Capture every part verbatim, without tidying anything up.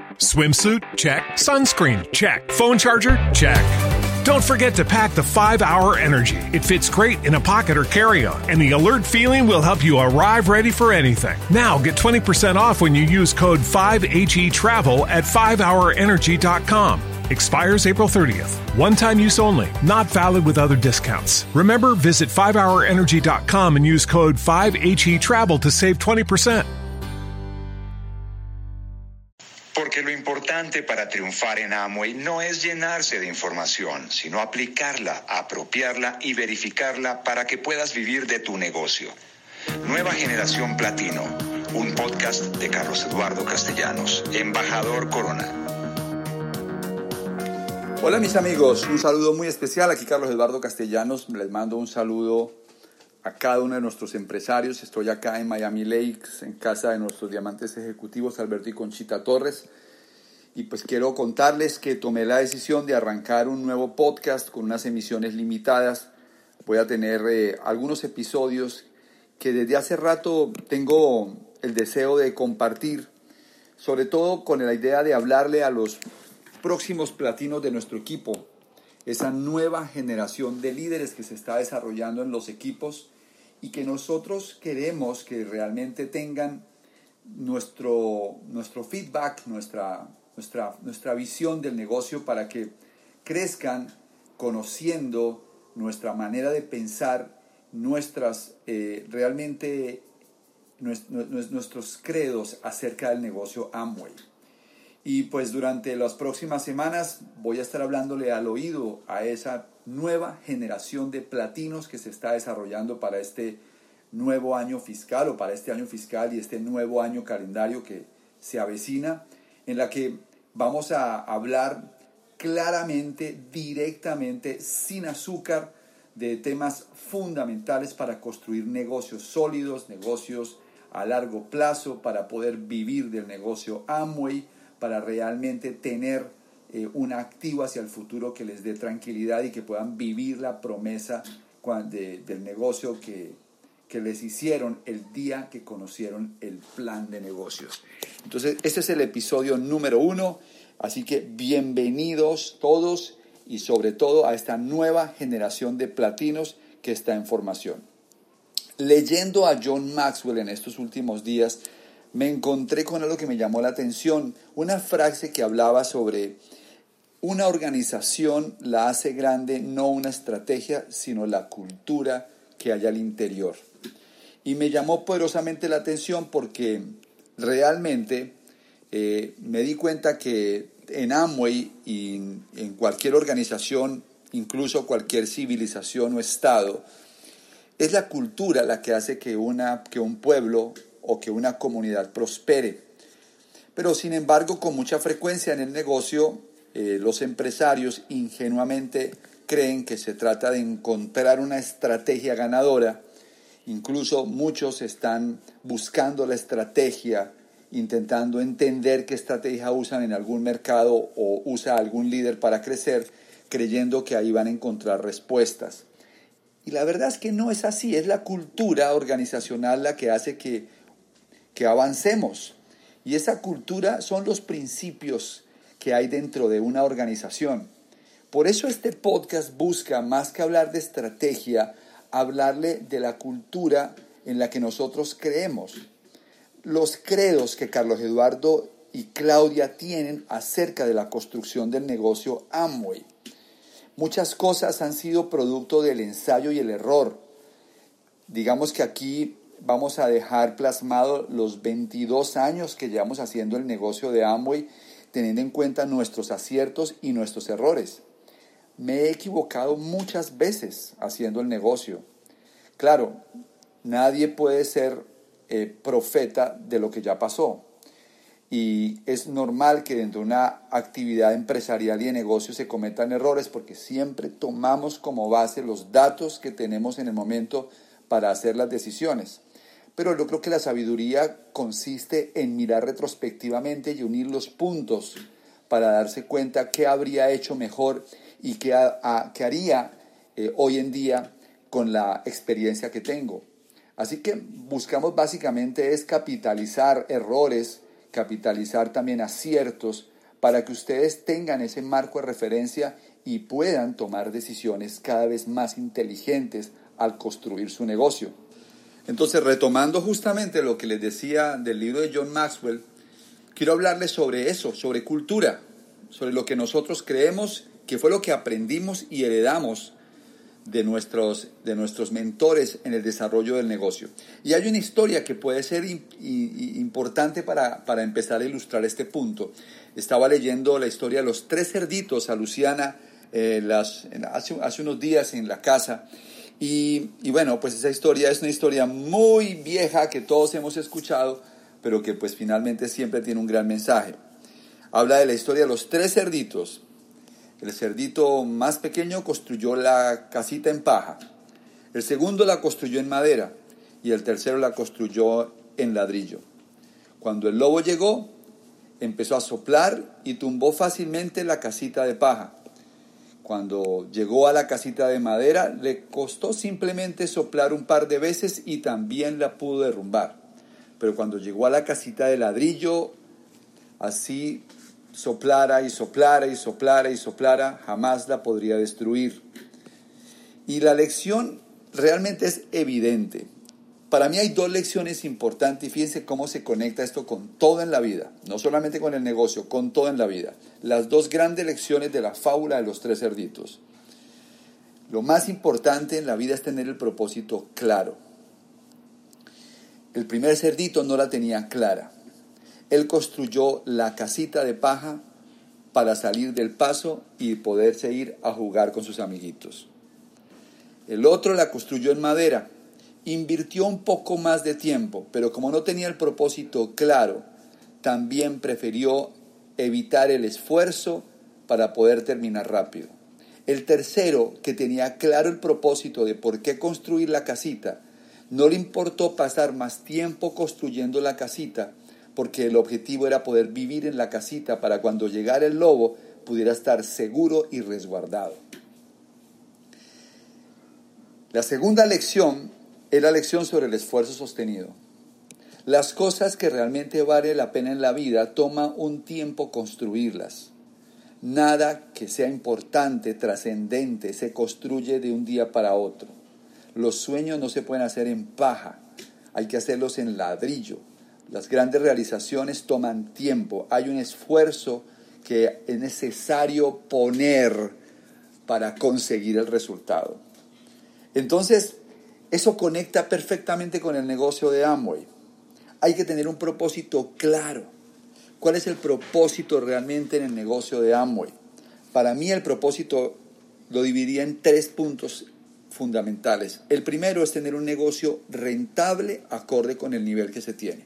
Swimsuit? Check. Sunscreen? Check. Phone charger? Check. Don't forget to pack the five hour Energy. It fits great in a pocket or carry-on, and the alert feeling will help you arrive ready for anything. Now get twenty percent off when you use code five H E Travel at five hour energy dot com. Expires April thirtieth. One-time use only. Not valid with other discounts. Remember, visit five hour energy dot com and use code five H E Travel to save twenty percent. Porque lo importante para triunfar en Amway no es llenarse de información, sino aplicarla, apropiarla y verificarla para que puedas vivir de tu negocio. Nueva Generación Platino, un podcast de Carlos Eduardo Castellanos, embajador Corona. Hola mis amigos, un saludo muy especial. Aquí Carlos Eduardo Castellanos, les mando un saludo a cada uno de nuestros empresarios. Estoy acá en Miami Lakes, en casa de nuestros diamantes ejecutivos Alberto y Conchita Torres, y pues quiero contarles que tomé la decisión de arrancar un nuevo podcast con unas emisiones limitadas. Voy a tener eh, algunos episodios que desde hace rato tengo el deseo de compartir, sobre todo con la idea de hablarle a los próximos platinos de nuestro equipo, esa nueva generación de líderes que se está desarrollando en los equipos y que nosotros queremos que realmente tengan nuestro, nuestro feedback, nuestra, nuestra, nuestra visión del negocio para que crezcan conociendo nuestra manera de pensar, nuestras eh, realmente nuestros, nuestros credos acerca del negocio Amway. Y pues durante las próximas semanas voy a estar hablándole al oído a esa nueva generación de platinos que se está desarrollando para este nuevo año fiscal o para este año fiscal y este nuevo año calendario que se avecina, en la que vamos a hablar claramente, directamente, sin azúcar, de temas fundamentales para construir negocios sólidos, negocios a largo plazo, para poder vivir del negocio Amway, para realmente tener eh, un activo hacia el futuro que les dé tranquilidad y que puedan vivir la promesa de, del negocio que, que les hicieron el día que conocieron el plan de negocios. Entonces, este es el episodio número uno, así que bienvenidos todos y sobre todo a esta nueva generación de platinos que está en formación. Leyendo a John Maxwell en estos últimos días, me encontré con algo que me llamó la atención, una frase que hablaba sobre una organización la hace grande no una estrategia, sino la cultura que hay al interior. Y me llamó poderosamente la atención porque realmente eh, me di cuenta que en Amway y en, en cualquier organización, incluso cualquier civilización o estado, es la cultura la que hace que, una, que un pueblo o que una comunidad prospere. Pero sin embargo, con mucha frecuencia en el negocio, eh, los empresarios ingenuamente creen que se trata de encontrar una estrategia ganadora. Incluso muchos están buscando la estrategia, intentando entender qué estrategia usan en algún mercado o usa algún líder para crecer, creyendo que ahí van a encontrar respuestas. Y la verdad es que no es así, es la cultura organizacional la que hace que que avancemos. Y esa cultura son los principios que hay dentro de una organización. Por eso este podcast busca, más que hablar de estrategia, hablarle de la cultura en la que nosotros creemos. Los credos que Carlos Eduardo y Claudia tienen acerca de la construcción del negocio Amway. Muchas cosas han sido producto del ensayo y el error. Digamos que aquí vamos a dejar plasmado los veintidós años que llevamos haciendo el negocio de Amway, teniendo en cuenta nuestros aciertos y nuestros errores. Me he equivocado muchas veces haciendo el negocio. Claro, nadie puede ser eh, profeta de lo que ya pasó. Y es normal que dentro de una actividad empresarial y de negocio se cometan errores porque siempre tomamos como base los datos que tenemos en el momento para hacer las decisiones. Pero yo creo que la sabiduría consiste en mirar retrospectivamente y unir los puntos para darse cuenta qué habría hecho mejor y qué, a, a, qué haría eh, hoy en día con la experiencia que tengo. Así que buscamos básicamente es capitalizar errores capitalizar también aciertos para que ustedes tengan ese marco de referencia y puedan tomar decisiones cada vez más inteligentes al construir su negocio. Entonces, retomando justamente lo que les decía del libro de John Maxwell, quiero hablarles sobre eso, sobre cultura, sobre lo que nosotros creemos que fue lo que aprendimos y heredamos de nuestros, de nuestros mentores en el desarrollo del negocio. Y hay una historia que puede ser in, in, importante para, para empezar a ilustrar este punto. Estaba leyendo la historia de los tres cerditos a Luciana eh, las, hace, hace unos días en la casa. Y, y bueno, pues esa historia es una historia muy vieja que todos hemos escuchado, pero que pues finalmente siempre tiene un gran mensaje. Habla de la historia de los tres cerditos. El cerdito más pequeño construyó la casita en paja. El segundo la construyó en madera y el tercero la construyó en ladrillo. Cuando el lobo llegó, empezó a soplar y tumbó fácilmente la casita de paja. Cuando llegó a la casita de madera, le costó simplemente soplar un par de veces y también la pudo derrumbar. Pero cuando llegó a la casita de ladrillo, así soplara y soplara y soplara y soplara, jamás la podría destruir. Y la lección realmente es evidente. Para mí hay dos lecciones importantes y fíjense cómo se conecta esto con todo en la vida, no solamente con el negocio, con todo en la vida. Las dos grandes lecciones de la fábula de los tres cerditos. Lo más importante en la vida es tener el propósito claro. El primer cerdito no la tenía clara. Él construyó la casita de paja para salir del paso y poderse ir a jugar con sus amiguitos. El otro la construyó en madera. Invirtió un poco más de tiempo, pero como no tenía el propósito claro, también prefirió evitar el esfuerzo para poder terminar rápido. El tercero, que tenía claro el propósito de por qué construir la casita, no le importó pasar más tiempo construyendo la casita, porque el objetivo era poder vivir en la casita para cuando llegara el lobo pudiera estar seguro y resguardado. La segunda lección es la lección sobre el esfuerzo sostenido. Las cosas que realmente vale la pena en la vida toma un tiempo construirlas. Nada que sea importante, trascendente, se construye de un día para otro. Los sueños no se pueden hacer en paja, hay que hacerlos en ladrillo. Las grandes realizaciones toman tiempo, hay un esfuerzo que es necesario poner para conseguir el resultado. Entonces, eso conecta perfectamente con el negocio de Amway. Hay que tener un propósito claro. ¿Cuál es el propósito realmente en el negocio de Amway? Para mí el propósito lo dividiría en tres puntos fundamentales. El primero es tener un negocio rentable acorde con el nivel que se tiene.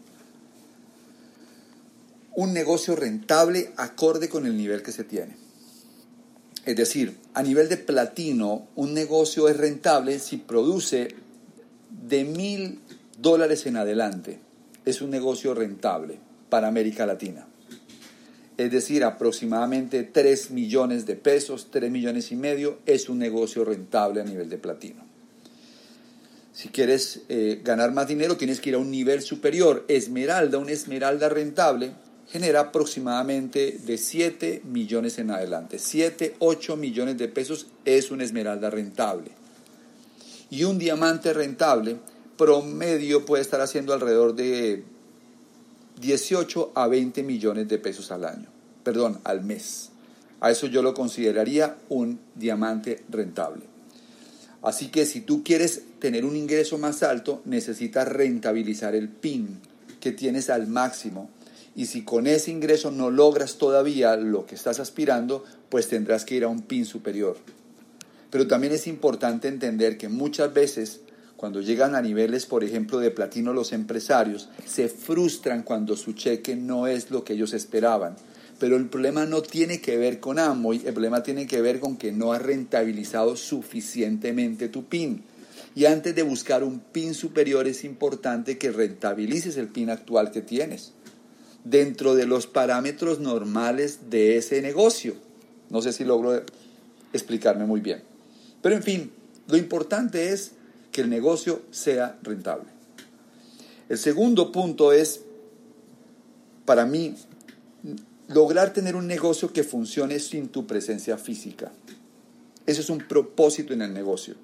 Un negocio rentable acorde con el nivel que se tiene. Es decir, a nivel de platino, un negocio es rentable si produce de mil dólares en adelante. Es un negocio rentable para América Latina. Es decir, aproximadamente tres millones de pesos, tres millones y medio, es un negocio rentable a nivel de platino. Si quieres eh, ganar más dinero, tienes que ir a un nivel superior. Esmeralda, una esmeralda rentable, genera aproximadamente de siete millones en adelante. siete, ocho millones de pesos es una esmeralda rentable. Y un diamante rentable promedio puede estar haciendo alrededor de dieciocho a veinte millones de pesos al año, perdón, al mes. A eso yo lo consideraría un diamante rentable. Así que si tú quieres tener un ingreso más alto, necesitas rentabilizar el P I N que tienes al máximo. Y si con ese ingreso no logras todavía lo que estás aspirando, pues tendrás que ir a un P I N superior. Pero también es importante entender que muchas veces cuando llegan a niveles, por ejemplo, de platino, los empresarios se frustran cuando su cheque no es lo que ellos esperaban. Pero el problema no tiene que ver con Amway, el problema tiene que ver con que no has rentabilizado suficientemente tu P I N. Y antes de buscar un P I N superior es importante que rentabilices el P I N actual que tienes, dentro de los parámetros normales de ese negocio. No sé si logro explicarme muy bien. Pero en fin, lo importante es que el negocio sea rentable. El segundo punto es para mí, lograr tener un negocio que funcione sin tu presencia física. Eso es un propósito en el negocio.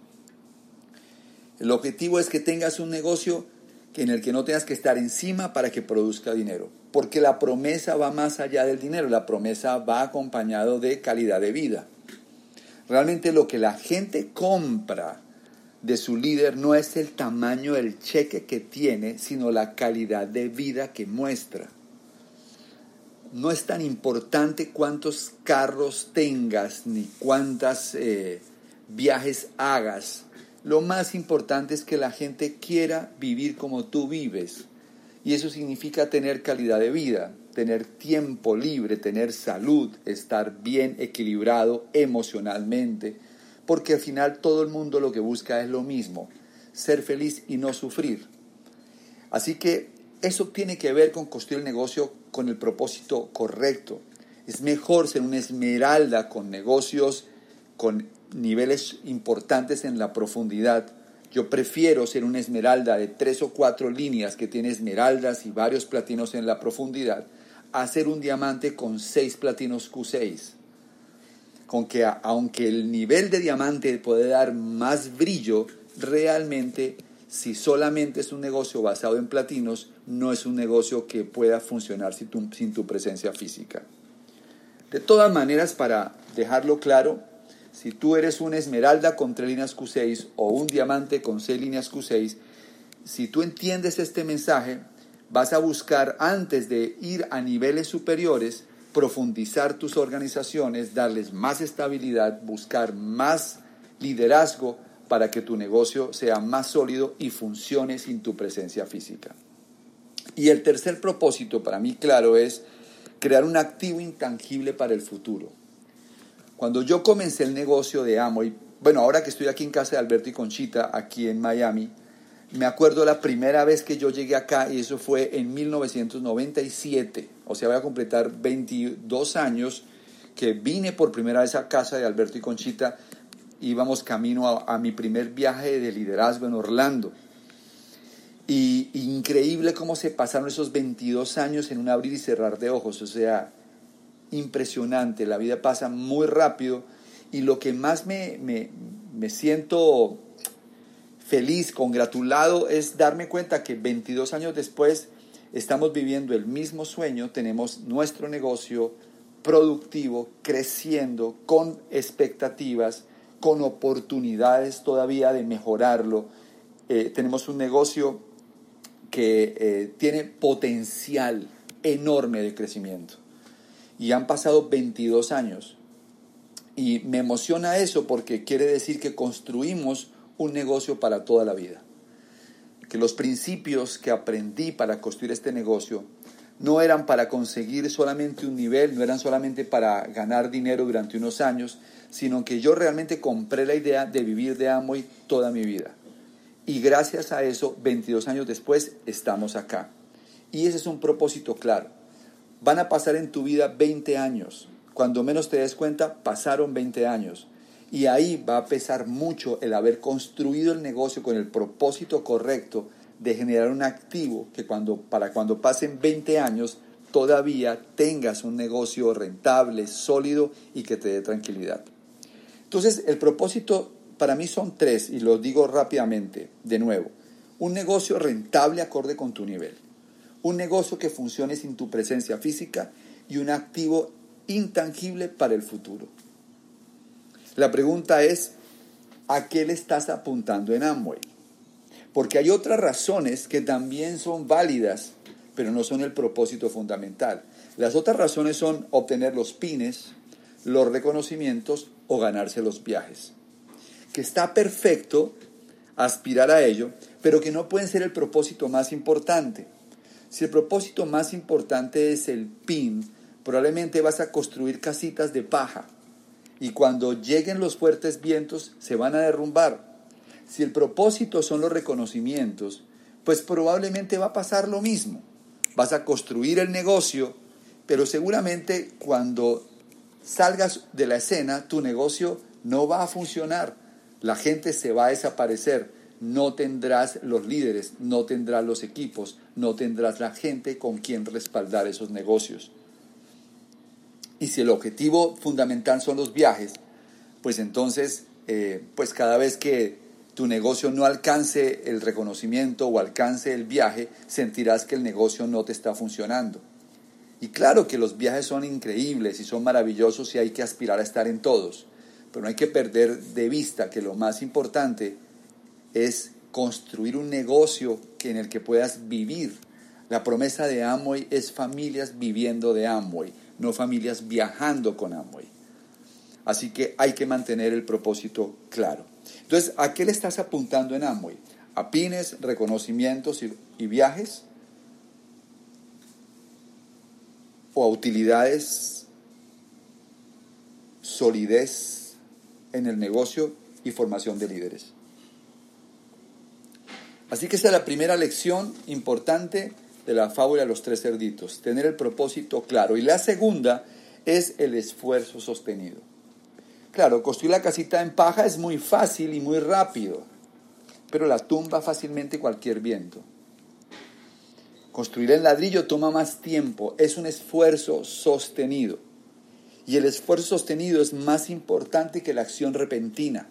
El objetivo es que tengas un negocio en el que no tengas que estar encima para que produzca dinero. Porque la promesa va más allá del dinero. La promesa va acompañado de calidad de vida. Realmente lo que la gente compra de su líder no es el tamaño del cheque que tiene, sino la calidad de vida que muestra. No es tan importante cuántos carros tengas ni cuántos eh, viajes hagas. Lo más importante es que la gente quiera vivir como tú vives. Y eso significa tener calidad de vida, tener tiempo libre, tener salud, estar bien equilibrado emocionalmente. Porque al final todo el mundo lo que busca es lo mismo, ser feliz y no sufrir. Así que eso tiene que ver con construir el negocio con el propósito correcto. Es mejor ser una esmeralda con negocios con niveles importantes en la profundidad. Yo prefiero ser una esmeralda de tres o cuatro líneas que tiene esmeraldas y varios platinos en la profundidad, a ser un diamante con seis platinos Q seis. Con que aunque el nivel de diamante puede dar más brillo, realmente si solamente es un negocio basado en platinos, no es un negocio que pueda funcionar sin tu, sin tu presencia física. De todas maneras, para dejarlo claro, si tú eres una esmeralda con tres líneas Q seis o un diamante con seis líneas Q seis, si tú entiendes este mensaje, vas a buscar antes de ir a niveles superiores, profundizar tus organizaciones, darles más estabilidad, buscar más liderazgo para que tu negocio sea más sólido y funcione sin tu presencia física. Y el tercer propósito para mí claro es crear un activo intangible para el futuro. Cuando yo comencé el negocio de Amway, bueno, ahora que estoy aquí en casa de Alberto y Conchita, aquí en Miami, me acuerdo la primera vez que yo llegué acá y eso fue en mil novecientos noventa y siete. O sea, voy a completar veintidós años que vine por primera vez a casa de Alberto y Conchita. Íbamos camino a, a mi primer viaje de liderazgo en Orlando. Y increíble cómo se pasaron esos veintidós años en un abrir y cerrar de ojos. O sea, impresionante. La vida pasa muy rápido. Y lo que más me, me, me siento feliz, congratulado, es darme cuenta que veintidós años después estamos viviendo el mismo sueño. Tenemos nuestro negocio productivo, creciendo, con expectativas, con oportunidades todavía de mejorarlo. Eh, tenemos un negocio que eh, tiene potencial enorme de crecimiento. Y han pasado veintidós años. Y me emociona eso porque quiere decir que construimos un negocio para toda la vida. Que los principios que aprendí para construir este negocio no eran para conseguir solamente un nivel, no eran solamente para ganar dinero durante unos años, sino que yo realmente compré la idea de vivir de Amway toda mi vida. Y gracias a eso, veintidós años después, estamos acá. Y ese es un propósito claro. Van a pasar en tu vida veinte años. Cuando menos te des cuenta, pasaron veinte años. Y ahí va a pesar mucho el haber construido el negocio con el propósito correcto de generar un activo que cuando, para cuando pasen veinte años todavía tengas un negocio rentable, sólido y que te dé tranquilidad. Entonces, el propósito para mí son tres y lo digo rápidamente de nuevo. Un negocio rentable acorde con tu nivel. Un negocio que funcione sin tu presencia física y un activo intangible para el futuro. La pregunta es, ¿a qué le estás apuntando en Amway? Porque hay otras razones que también son válidas, pero no son el propósito fundamental. Las otras razones son obtener los pines, los reconocimientos o ganarse los viajes. Que está perfecto aspirar a ello, pero que no pueden ser el propósito más importante. Si el propósito más importante es el pin, probablemente vas a construir casitas de paja y cuando lleguen los fuertes vientos se van a derrumbar. Si el propósito son los reconocimientos, pues probablemente va a pasar lo mismo. Vas a construir el negocio, pero seguramente cuando salgas de la escena, tu negocio no va a funcionar. La gente se va a desaparecer. no tendrás los líderes, no tendrás los equipos, no tendrás la gente con quien respaldar esos negocios. Y si el objetivo fundamental son los viajes, pues entonces, eh, pues cada vez que tu negocio no alcance el reconocimiento o alcance el viaje, sentirás que el negocio no te está funcionando. Y claro que los viajes son increíbles y son maravillosos y hay que aspirar a estar en todos, pero no hay que perder de vista que lo más importante es construir un negocio que en el que puedas vivir. La promesa de Amway es familias viviendo de Amway, no familias viajando con Amway. Así que hay que mantener el propósito claro. Entonces, ¿a qué le estás apuntando en Amway? ¿A pines, reconocimientos y, y viajes? ¿O a utilidades, solidez en el negocio y formación de líderes? Así que esta es la primera lección importante de la fábula de los tres cerditos, tener el propósito claro. Y la segunda es el esfuerzo sostenido. Claro, construir la casita en paja es muy fácil y muy rápido, pero la tumba fácilmente cualquier viento. Construir en ladrillo toma más tiempo, es un esfuerzo sostenido. Y el esfuerzo sostenido es más importante que la acción repentina.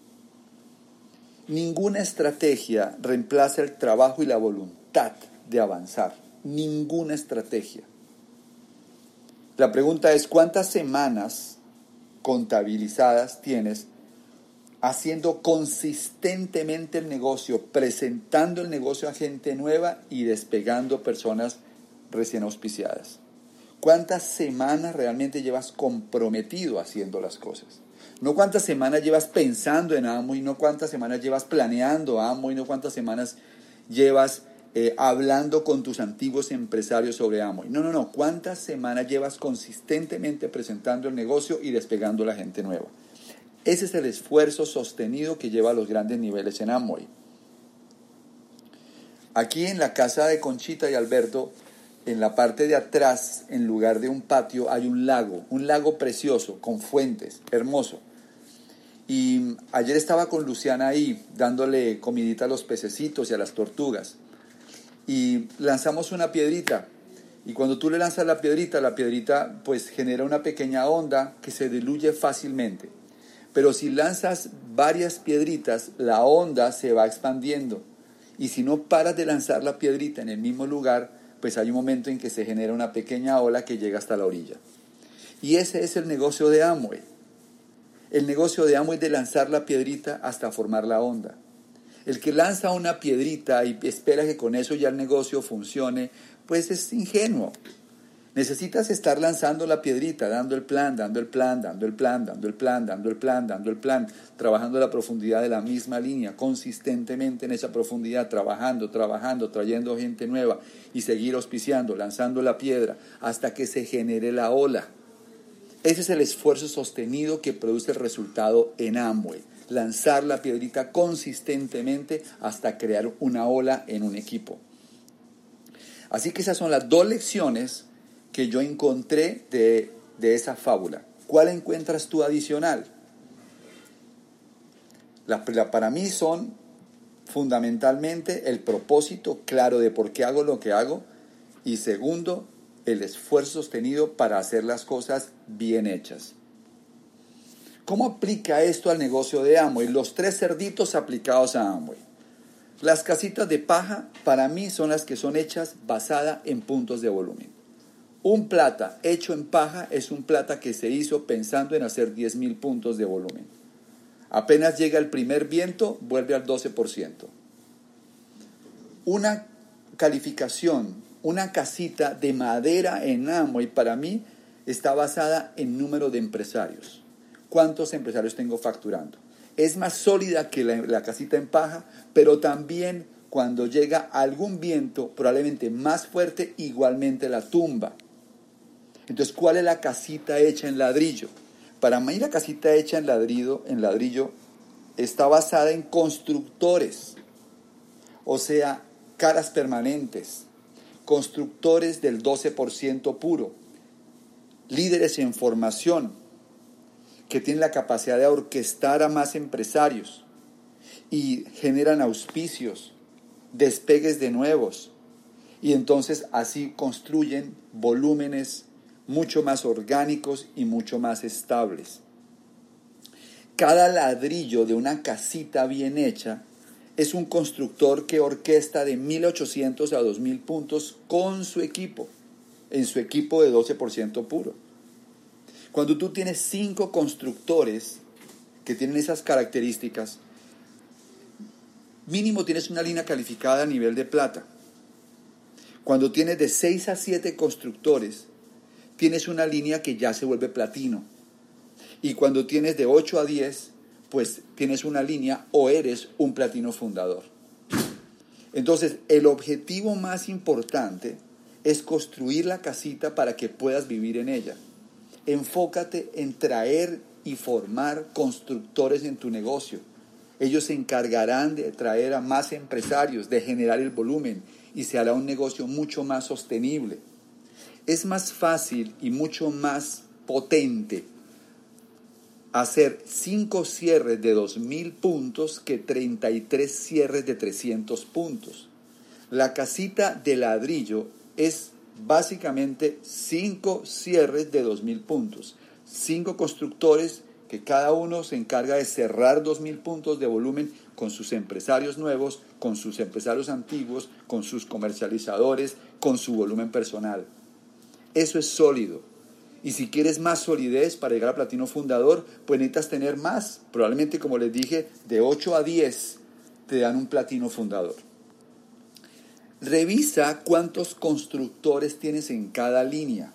Ninguna estrategia reemplaza el trabajo y la voluntad de avanzar. Ninguna estrategia. La pregunta es, ¿cuántas semanas contabilizadas tienes haciendo consistentemente el negocio, presentando el negocio a gente nueva y despegando personas recién auspiciadas? ¿Cuántas semanas realmente llevas comprometido haciendo las cosas? No cuántas semanas llevas pensando en Amway, no cuántas semanas llevas planeando Amway, no cuántas semanas llevas eh, hablando con tus antiguos empresarios sobre Amway. No, no, no. ¿Cuántas semanas llevas consistentemente presentando el negocio y despegando a la gente nueva? Ese es el esfuerzo sostenido que lleva a los grandes niveles en Amway. Aquí en la casa de Conchita y Alberto, en la parte de atrás, en lugar de un patio, hay un lago, un lago precioso, con fuentes, hermoso. Y ayer estaba con Luciana ahí, dándole comidita a los pececitos y a las tortugas. Y lanzamos una piedrita. Y cuando tú le lanzas la piedrita, la piedrita pues genera una pequeña onda que se diluye fácilmente. Pero si lanzas varias piedritas, la onda se va expandiendo. Y si no paras de lanzar la piedrita en el mismo lugar, pues hay un momento en que se genera una pequeña ola que llega hasta la orilla. Y ese es el negocio de Amway. El negocio de Amway es de lanzar la piedrita hasta formar la onda. El que lanza una piedrita y espera que con eso ya el negocio funcione, pues es ingenuo. Necesitas estar lanzando la piedrita, dando el plan, dando el plan, dando el plan, dando el plan, dando el plan, dando el plan, trabajando la profundidad de la misma línea, consistentemente en esa profundidad, trabajando, trabajando, trayendo gente nueva y seguir auspiciando, lanzando la piedra hasta que se genere la ola. Ese es el esfuerzo sostenido que produce el resultado en Amway. Lanzar la piedrita consistentemente hasta crear una ola en un equipo. Así que esas son las dos lecciones que yo encontré de, de esa fábula. ¿Cuál encuentras tú adicional? La, la, para mí son fundamentalmente el propósito claro de por qué hago lo que hago y segundo, el esfuerzo sostenido para hacer las cosas bien hechas. ¿Cómo aplica esto al negocio de Amway? Los tres cerditos aplicados a Amway. Las casitas de paja para mí son las que son hechas basadas en puntos de volumen. Un plata hecho en paja es un plata que se hizo pensando en hacer diez mil puntos de volumen. Apenas llega el primer viento, vuelve al doce por ciento. Una calificación, una casita de madera en Amway para mí está basada en número de empresarios. ¿Cuántos empresarios tengo facturando? Es más sólida que la, la casita en paja, pero también cuando llega algún viento, probablemente más fuerte, igualmente la tumba. Entonces, ¿cuál es la casita hecha en ladrillo? Para mí la casita hecha en ladrillo, en ladrillo está basada en constructores, o sea, caras permanentes, constructores del doce por ciento puro, líderes en formación, que tienen la capacidad de orquestar a más empresarios, y generan auspicios, despegues de nuevos, y entonces así construyen volúmenes mucho más orgánicos y mucho más estables. Cada ladrillo de una casita bien hecha es un constructor que orquesta de mil ochocientos a dos mil puntos con su equipo, en su equipo de doce por ciento puro. Cuando tú tienes cinco constructores que tienen esas características, mínimo tienes una línea calificada a nivel de plata. Cuando tienes de seis a siete constructores, tienes una línea que ya se vuelve platino. Y cuando tienes de ocho a diez, pues tienes una línea o eres un platino fundador. Entonces, el objetivo más importante es construir la casita para que puedas vivir en ella. Enfócate en traer y formar constructores en tu negocio. Ellos se encargarán de traer a más empresarios, de generar el volumen, y se hará un negocio mucho más sostenible. Es más fácil y mucho más potente hacer cinco cierres de dos mil puntos que treinta y tres cierres de trescientos puntos. La casita de ladrillo es básicamente cinco cierres de dos mil puntos. Cinco constructores que cada uno se encarga de cerrar dos mil puntos de volumen con sus empresarios nuevos, con sus empresarios antiguos, con sus comercializadores, con su volumen personal. Eso es sólido. Y si quieres más solidez para llegar a platino fundador, pues necesitas tener más. Probablemente, como les dije, de ocho a diez te dan un platino fundador. Revisa cuántos constructores tienes en cada línea.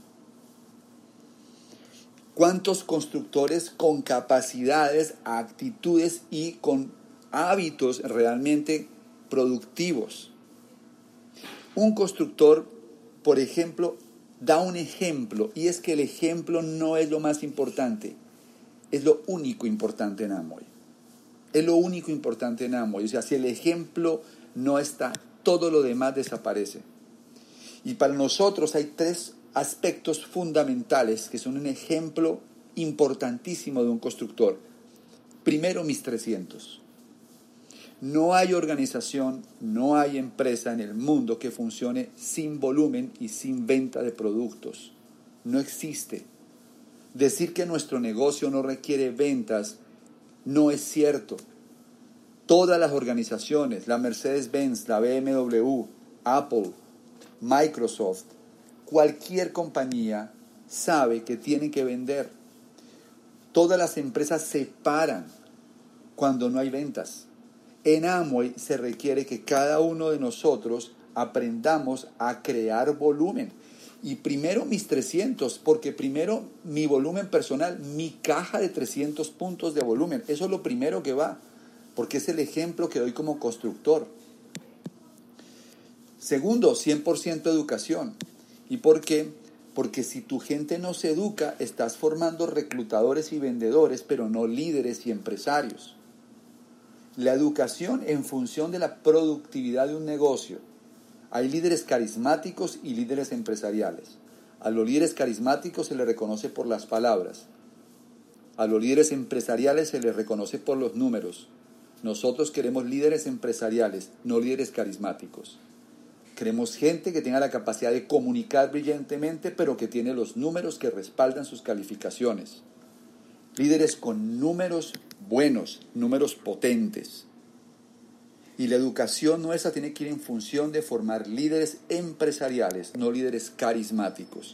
Cuántos constructores con capacidades, actitudes y con hábitos realmente productivos. Un constructor, por ejemplo, da un ejemplo, y es que el ejemplo no es lo más importante, es lo único importante en Amway. Es lo único importante en Amway. O sea, si el ejemplo no está, todo lo demás desaparece. Y para nosotros hay tres aspectos fundamentales que son un ejemplo importantísimo de un constructor. Primero, mis trescientos. No hay organización, no hay empresa en el mundo que funcione sin volumen y sin venta de productos. No existe. Decir que nuestro negocio no requiere ventas no es cierto. Todas las organizaciones, la Mercedes-Benz, la B M W, Apple, Microsoft, cualquier compañía sabe que tienen que vender. Todas las empresas se paran cuando no hay ventas. En Amway se requiere que cada uno de nosotros aprendamos a crear volumen. Y primero mis trescientos, porque primero mi volumen personal, mi caja de trescientos puntos de volumen. Eso es lo primero que va, porque es el ejemplo que doy como constructor. Segundo, cien por ciento educación. ¿Y por qué? Porque si tu gente no se educa, estás formando reclutadores y vendedores, pero no líderes y empresarios. La educación en función de la productividad de un negocio. Hay líderes carismáticos y líderes empresariales. A los líderes carismáticos se les reconoce por las palabras. A los líderes empresariales se les reconoce por los números. Nosotros queremos líderes empresariales, no líderes carismáticos. Queremos gente que tenga la capacidad de comunicar brillantemente, pero que tiene los números que respaldan sus calificaciones. Líderes con números buenos, números potentes. Y la educación nuestra tiene que ir en función de formar líderes empresariales, no líderes carismáticos.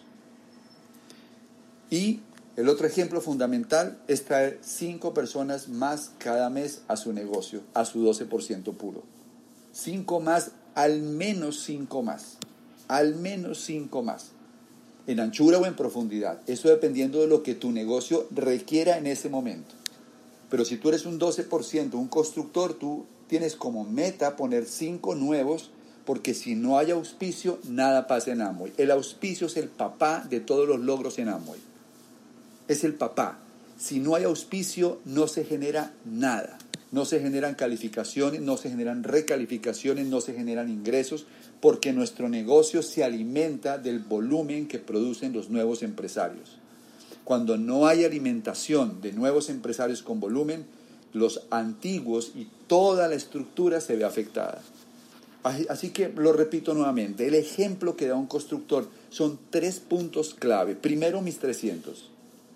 Y el otro ejemplo fundamental es traer cinco personas más cada mes a su negocio, a su doce por ciento puro. Cinco más, al menos cinco más. Al menos cinco más. En anchura o en profundidad. Eso dependiendo de lo que tu negocio requiera en ese momento. Pero si tú eres un doce por ciento, un constructor, tú tienes como meta poner cinco nuevos, porque si no hay auspicio, nada pasa en Amway. El auspicio es el papá de todos los logros en Amway. Es el papá. Si no hay auspicio, no se genera nada. No se generan calificaciones, no se generan recalificaciones, no se generan ingresos, porque nuestro negocio se alimenta del volumen que producen los nuevos empresarios. Cuando no hay alimentación de nuevos empresarios con volumen, los antiguos y toda la estructura se ve afectada. Así que lo repito nuevamente, el ejemplo que da un constructor son tres puntos clave. Primero, mis trescientos.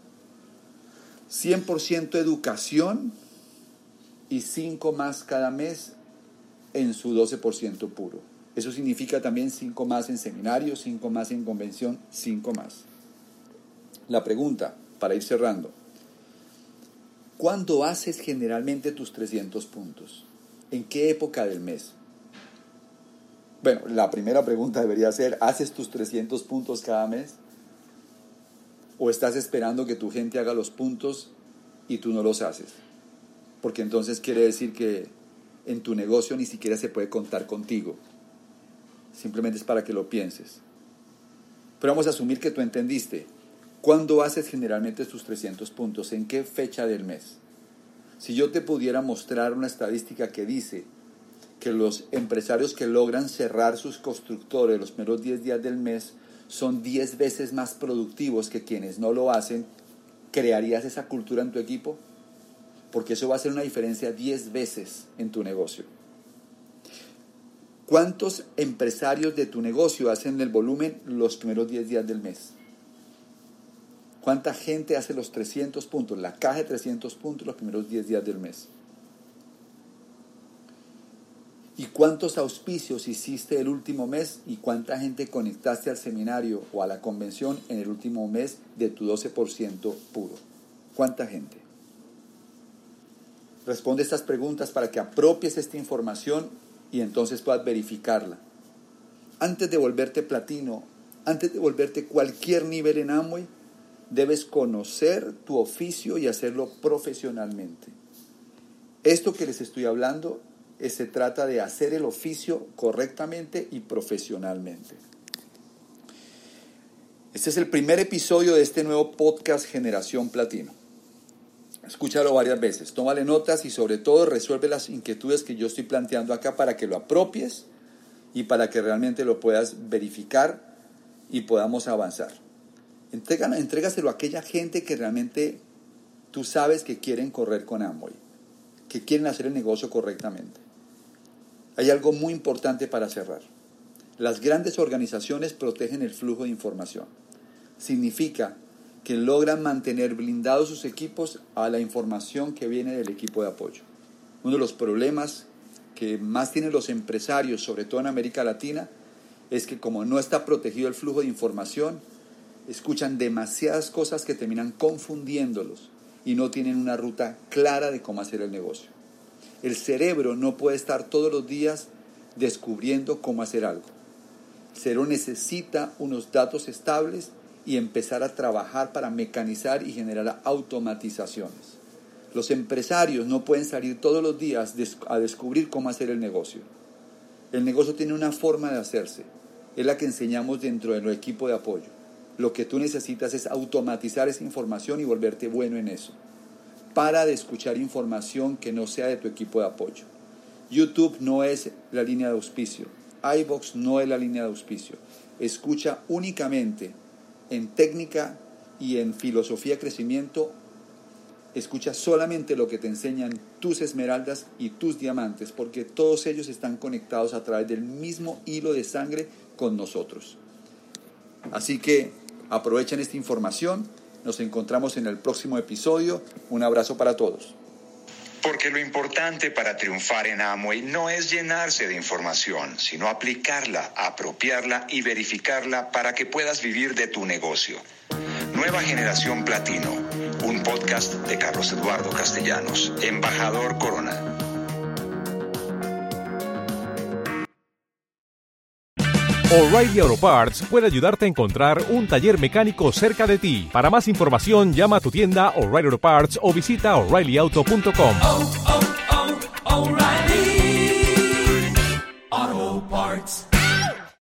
cien por ciento educación y cinco más cada mes en su doce por ciento puro. Eso significa también cinco más en seminario, cinco más en convención, cinco más. La pregunta, para ir cerrando, ¿cuándo haces generalmente tus trescientos puntos? ¿En qué época del mes? Bueno, la primera pregunta debería ser, ¿haces tus trescientos puntos cada mes? ¿O estás esperando que tu gente haga los puntos y tú no los haces? Porque entonces quiere decir que en tu negocio ni siquiera se puede contar contigo. Simplemente es para que lo pienses. Pero vamos a asumir que tú entendiste. ¿Cuándo haces generalmente tus trescientos puntos? ¿En qué fecha del mes? Si yo te pudiera mostrar una estadística que dice que los empresarios que logran cerrar sus constructores los primeros diez días del mes son diez veces más productivos que quienes no lo hacen, ¿crearías esa cultura en tu equipo? Porque eso va a hacer una diferencia diez veces en tu negocio. ¿Cuántos empresarios de tu negocio hacen el volumen los primeros diez días del mes? ¿Cuánta gente hace los trescientos puntos, la caja de trescientos puntos los primeros diez días del mes? ¿Y cuántos auspicios hiciste el último mes? ¿Y cuánta gente conectaste al seminario o a la convención en el último mes de tu doce por ciento puro? ¿Cuánta gente? Responde estas preguntas para que apropies esta información y entonces puedas verificarla. Antes de volverte platino, antes de volverte cualquier nivel en Amway, debes conocer tu oficio y hacerlo profesionalmente. Esto que les estoy hablando se trata de hacer el oficio correctamente y profesionalmente. Este es el primer episodio de este nuevo podcast Generación Platino. Escúchalo varias veces, tómale notas y sobre todo resuelve las inquietudes que yo estoy planteando acá para que lo apropies y para que realmente lo puedas verificar y podamos avanzar. Entrega, entrégaselo a aquella gente que realmente tú sabes que quieren correr con Amway, que quieren hacer el negocio correctamente. Hay algo muy importante para cerrar. Las grandes organizaciones protegen el flujo de información. Significa que logran mantener blindados sus equipos a la información que viene del equipo de apoyo. Uno de los problemas que más tienen los empresarios, sobre todo en América Latina, es que como no está protegido el flujo de información, escuchan demasiadas cosas que terminan confundiéndolos y no tienen una ruta clara de cómo hacer el negocio. El cerebro no puede estar todos los días descubriendo cómo hacer algo. El cerebro necesita unos datos estables y empezar a trabajar para mecanizar y generar automatizaciones. Los empresarios no pueden salir todos los días a descubrir cómo hacer el negocio. El negocio tiene una forma de hacerse. Es la que enseñamos dentro del equipo de apoyo. Lo que tú necesitas es automatizar esa información y volverte bueno en eso. Para de escuchar información que no sea de tu equipo de apoyo. YouTube no es la línea de auspicio. iVoox no es la línea de auspicio. Escucha únicamente en técnica y en filosofía de crecimiento. Escucha solamente lo que te enseñan tus esmeraldas y tus diamantes, porque todos ellos están conectados a través del mismo hilo de sangre con nosotros. Así que aprovechen esta información. Nos encontramos en el próximo episodio. Un abrazo para todos. Porque lo importante para triunfar en Amway no es llenarse de información, sino aplicarla, apropiarla y verificarla para que puedas vivir de tu negocio. Nueva Generación Platino, un podcast de Carlos Eduardo Castellanos, Embajador Corona. O'Reilly Auto Parts puede ayudarte a encontrar un taller mecánico cerca de ti. Para más información, llama a tu tienda O'Reilly Auto Parts o visita O'Reilly Auto punto com. Oh, oh, oh, O'Reilly.